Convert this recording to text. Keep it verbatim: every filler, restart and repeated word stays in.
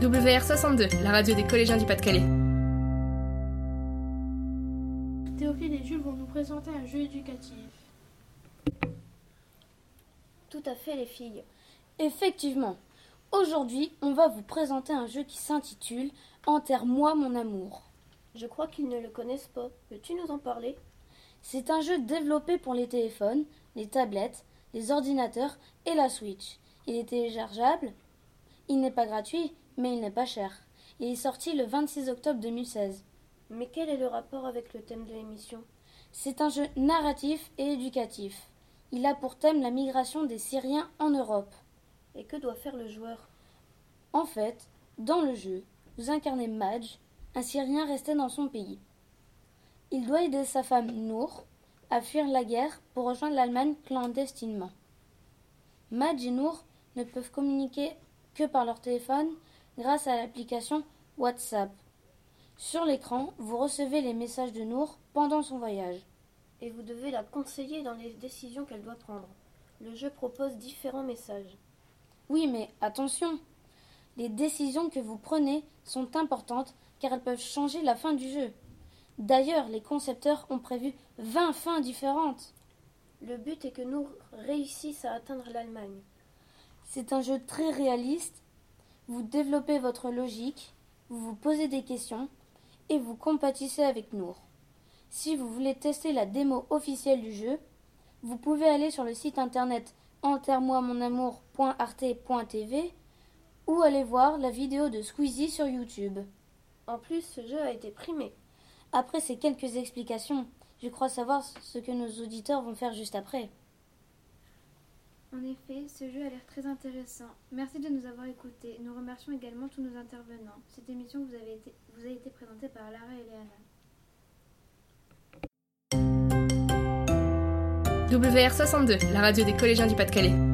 W R soixante-deux, la radio des collégiens du Pas-de-Calais. Théophile et Jules vont nous présenter un jeu éducatif. Tout à fait les filles. Effectivement, aujourd'hui, on va vous présenter un jeu qui s'intitule « Enterre-moi mon amour ». Je crois qu'ils ne le connaissent pas. Peux-tu nous en parler ? C'est un jeu développé pour les téléphones, les tablettes, les ordinateurs et la Switch. Il est téléchargeable. Il n'est pas gratuit, mais il n'est pas cher. Il est sorti le vingt-six octobre deux mille seize. Mais quel est le rapport avec le thème de l'émission ? C'est un jeu narratif et éducatif. Il a pour thème la migration des Syriens en Europe. Et que doit faire le joueur ? En fait, dans le jeu, vous incarnez Madj, un Syrien resté dans son pays. Il doit aider sa femme Nour à fuir la guerre pour rejoindre l'Allemagne clandestinement. Madj et Nour ne peuvent communiquer que par leur téléphone grâce à l'application WhatsApp. Sur l'écran, vous recevez les messages de Nour pendant son voyage. Et vous devez la conseiller dans les décisions qu'elle doit prendre. Le jeu propose différents messages. Oui, mais attention, les décisions que vous prenez sont importantes car elles peuvent changer la fin du jeu. D'ailleurs, les concepteurs ont prévu vingt fins différentes. Le but est que Nour réussisse à atteindre l'Allemagne. C'est un jeu très réaliste. Vous développez votre logique, vous vous posez des questions et vous compatissez avec Nour. Si vous voulez tester la démo officielle du jeu, vous pouvez aller sur le site internet enterre-moi mon amour point arte point t v ou aller voir la vidéo de Squeezie sur YouTube. En plus, ce jeu a été primé. Après ces quelques explications, je crois savoir ce que nos auditeurs vont faire juste après. En effet, ce jeu a l'air très intéressant. Merci de nous avoir écoutés. Nous remercions également tous nos intervenants. Cette émission vous, avez été, vous a été présentée par Lara et Léana. W R soixante-deux, la radio des collégiens du Pas-de-Calais.